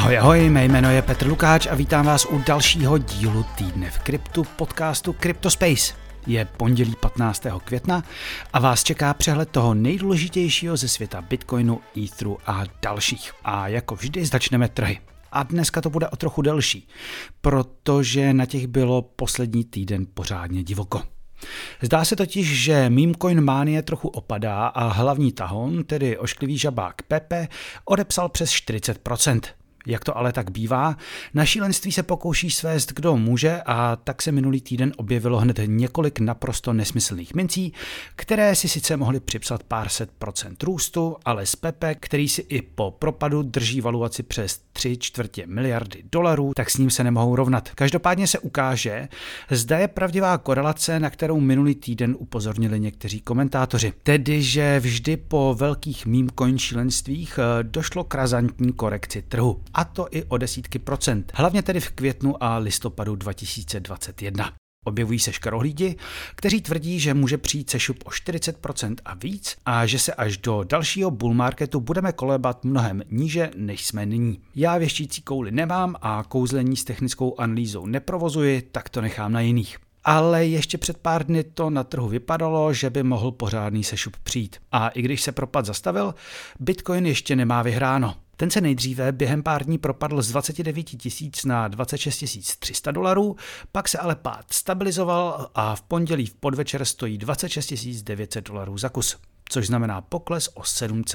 Ahoj, ahoj, mé jméno je Petr Lukáč a vítám vás u dalšího dílu Týdne v kryptu podcastu CryptoSpace. Je pondělí 15. května a vás čeká přehled toho nejdůležitějšího ze světa Bitcoinu, Etheru a dalších. A jako vždy začneme trhy. A dneska to bude o trochu delší, protože na těch bylo poslední týden pořádně divoko. Zdá se totiž, že memecoin mánie trochu opadá a hlavní tahoun, tedy ošklivý žabák Pepe, odepsal přes 40%. Jak to ale tak bývá, na šílenství se pokouší svést kdo může a tak se minulý týden objevilo hned několik naprosto nesmyslných mincí, které si sice mohly připsat pár set procent růstu, ale z Pepe, který si i po propadu drží valuaci přes 3/4 miliardy dolarů, tak s ním se nemohou rovnat. Každopádně se ukáže, zda je pravdivá korelace, na kterou minulý týden upozornili někteří komentátoři. Tedy, že vždy po velkých memecoin šílenstvích došlo k razantní korekci trhu. A to i o desítky procent, hlavně tedy v květnu a listopadu 2021. Objevují se škarohlídi, kteří tvrdí, že může přijít sešup o 40% a víc a že se až do dalšího bull marketu budeme kolebat mnohem níže, než jsme nyní. Já věštící kouli nemám a kouzlení s technickou analýzou neprovozuji, tak to nechám na jiných. Ale ještě před pár dny to na trhu vypadalo, že by mohl pořádný sešup přijít. A i když se propad zastavil, Bitcoin ještě nemá vyhráno. Ten se nejdříve během pár dní propadl z 29 000 na 26 300 dolarů, pak se ale pád stabilizoval a v pondělí v podvečer stojí 26 900 dolarů za kus, což znamená pokles o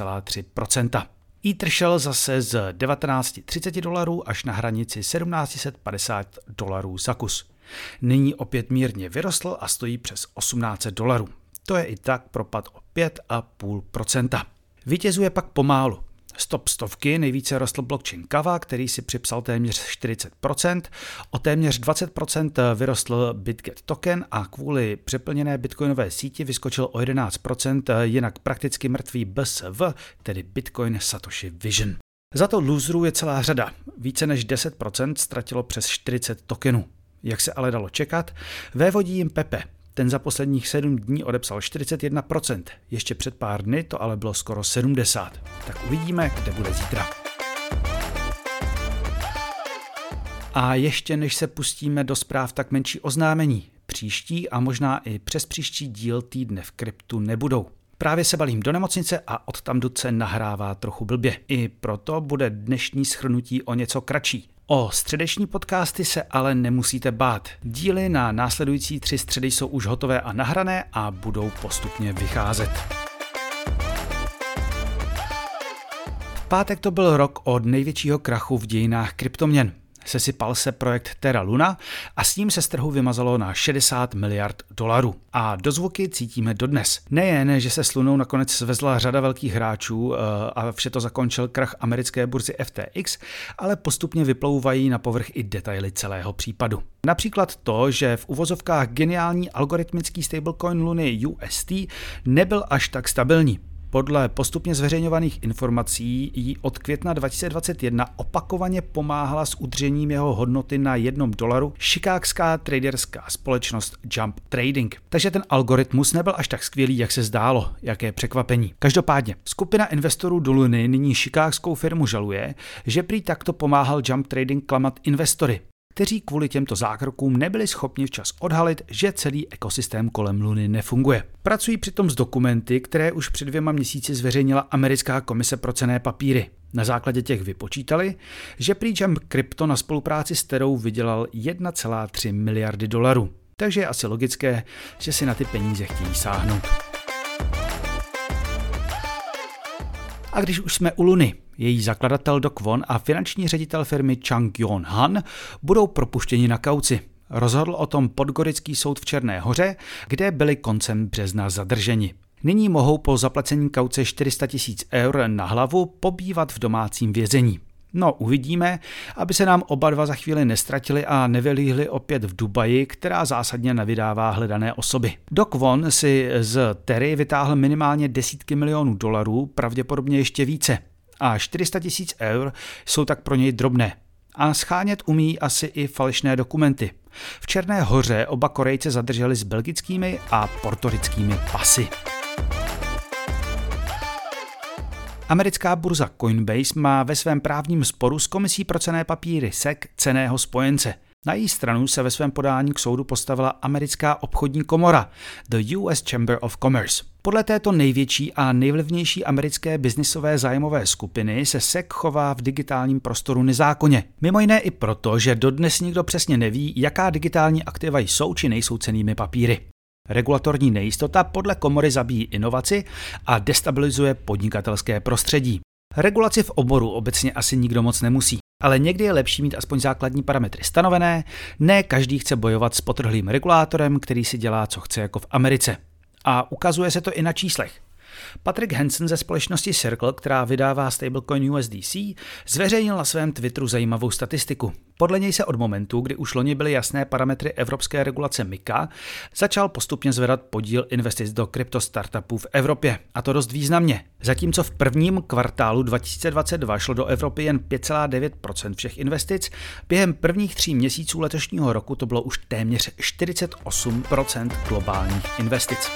7,3%. Ether šel zase z 1930 dolarů až na hranici 1750 dolarů za kus. Nyní opět mírně vyrostl a stojí přes 1800 dolarů. To je i tak propad o 5,5%. Vítězuje pak pomálu. Stop stovky nejvíce rostl blockchain Kava, který si připsal téměř 40%, o téměř 20% vyrostl BitGet token a kvůli přeplněné bitcoinové síti vyskočil o 11% jinak prakticky mrtvý BSV, tedy Bitcoin Satoshi Vision. Za to loserů je celá řada, více než 10% ztratilo přes 40 tokenů. Jak se ale dalo čekat, vévodí jim Pepe. Ten za posledních 7 dní odepsal 41%, ještě před pár dny to ale bylo skoro 70%. Tak uvidíme, kde bude zítra. A ještě než se pustíme do zpráv, tak menší oznámení. Příští a možná i přes příští díl Týdne v kryptu nebudou. Právě se balím do nemocnice a odtamtud se nahrává trochu blbě. I proto bude dnešní shrnutí o něco kratší. O středeční podcasty se ale nemusíte bát. Díly na následující 3 středy jsou už hotové a nahrané a budou postupně vycházet. V pátek to byl rok od největšího krachu v dějinách kryptoměn. Sesypal se projekt Terra Luna a s ním se z trhu vymazalo na 60 miliard dolarů. A dozvuky cítíme dodnes. Nejen, že se s Lunou nakonec svezla řada velkých hráčů a vše to zakončil krach americké burzy FTX, ale postupně vyplouvají na povrch i detaily celého případu. Například to, že v uvozovkách geniální algoritmický stablecoin Luny UST nebyl až tak stabilní. Podle postupně zveřejňovaných informací jí od května 2021 opakovaně pomáhala s udržením jeho hodnoty na $1 chicagská traderská společnost Jump Trading. Takže ten algoritmus nebyl až tak skvělý, jak se zdálo. Jaké překvapení. Každopádně, skupina investorů do Luny nyní chicagskou firmu žaluje, že prý takto pomáhal Jump Trading klamat investory, kteří kvůli těmto zákrokům nebyli schopni včas odhalit, že celý ekosystém kolem Luny nefunguje. Pracují přitom s dokumenty, které už před 2 měsíci zveřejnila americká komise pro cenné papíry. Na základě těch vypočítali, že prý Jump Crypto na spolupráci s Terou vydělal 1,3 miliardy dolarů. Takže je asi logické, že si na ty peníze chtějí sáhnout. A když už jsme u Luny, její zakladatel Do Kwon a finanční ředitel firmy Chang-Yon Han budou propuštěni na kauci. Rozhodl o tom podgorický soud v Černé Hoře, kde byli koncem března zadrženi. Nyní mohou po zaplacení kauce 400 000 eur na hlavu pobývat v domácím vězení. No, uvidíme, aby se nám oba dva za chvíli nestratili a nevylíhli opět v Dubaji, která zásadně nevydává hledané osoby. Do Kwon si z Terry vytáhl minimálně desítky milionů dolarů, pravděpodobně ještě více. A 400 000 eur jsou tak pro něj drobné. A schánět umí asi i falešné dokumenty. V Černé Hoře oba Korejce zadrželi s belgickými a portorickými pasy. Americká burza Coinbase má ve svém právním sporu s Komisí pro cenné papíry SEC cenného spojence. Na její stranu se ve svém podání k soudu postavila americká obchodní komora, the US Chamber of Commerce. Podle této největší a nejvlivnější americké biznisové zájmové skupiny se SEC chová v digitálním prostoru nezákonně. Mimo jiné i proto, že dodnes nikdo přesně neví, jaká digitální aktiva jsou či nejsou cennými papíry. Regulatorní nejistota podle komory zabíjí inovaci a destabilizuje podnikatelské prostředí. Regulaci v oboru obecně asi nikdo moc nemusí, ale někdy je lepší mít aspoň základní parametry stanovené, ne každý chce bojovat s potrhlým regulátorem, který si dělá, co chce jako v Americe. A ukazuje se to i na číslech. Patrick Hansen ze společnosti Circle, která vydává stablecoin USDC, zveřejnil na svém Twitteru zajímavou statistiku. Podle něj se od momentu, kdy už loni byly jasné parametry evropské regulace MiCA, začal postupně zvedat podíl investic do kryptostartupů v Evropě, a to dost významně. Zatímco v prvním kvartálu 2022 šlo do Evropy jen 5,9% všech investic, během prvních 3 měsíců letošního roku to bylo už téměř 48% globálních investic.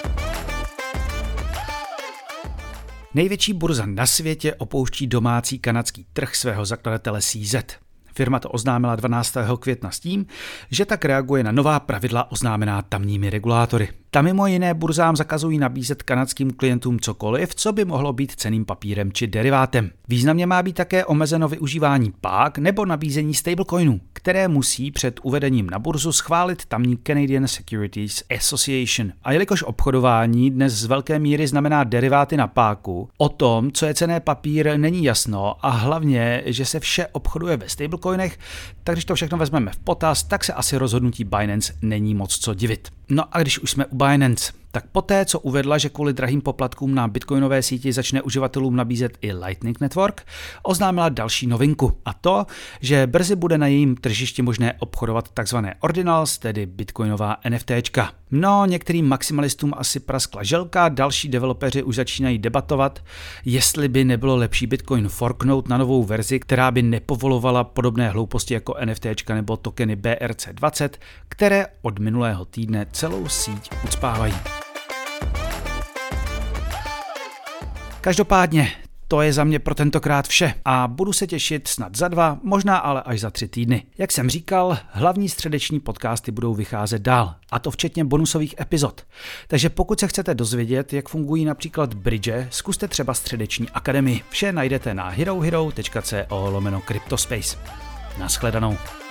Největší burza na světě opouští domácí kanadský trh svého zakladatele CZ. Firma to oznámila 12. května s tím, že tak reaguje na nová pravidla oznámená tamními regulátory. Tam mimo jiné burzám zakazují nabízet kanadským klientům cokoliv, co by mohlo být cenným papírem či derivátem. Významně má být také omezeno využívání pák nebo nabízení stablecoinů, které musí před uvedením na burzu schválit tamní Canadian Securities Association. A jelikož obchodování dnes z velké míry znamená deriváty na páku, o tom, co je cenný papír, není jasno a hlavně, že se vše obchoduje ve stablecoinech, tak když to všechno vezmeme v potaz, tak se asi rozhodnutí Binance není moc co divit. No a když už jsme u Binance, tak poté, co uvedla, že kvůli drahým poplatkům na bitcoinové síti začne uživatelům nabízet i Lightning Network, oznámila další novinku, a to, že brzy bude na jejím tržišti možné obchodovat takzvané ordinals, tedy bitcoinová NFTčka. No, některým maximalistům asi praskla želka, další developeři už začínají debatovat, jestli by nebylo lepší Bitcoin forknout na novou verzi, která by nepovolovala podobné hlouposti jako NFTčka nebo tokeny BRC20, které od minulého týdne celou síť ucpávají. Každopádně, to je za mě pro tentokrát vše a budu se těšit snad za 2, možná ale až za 3 týdny. Jak jsem říkal, hlavní středeční podcasty budou vycházet dál, a to včetně bonusových epizod. Takže pokud se chcete dozvědět, jak fungují například bridge, zkuste třeba středeční akademii. Vše najdete na herohero.co/cryptospace. Naschledanou.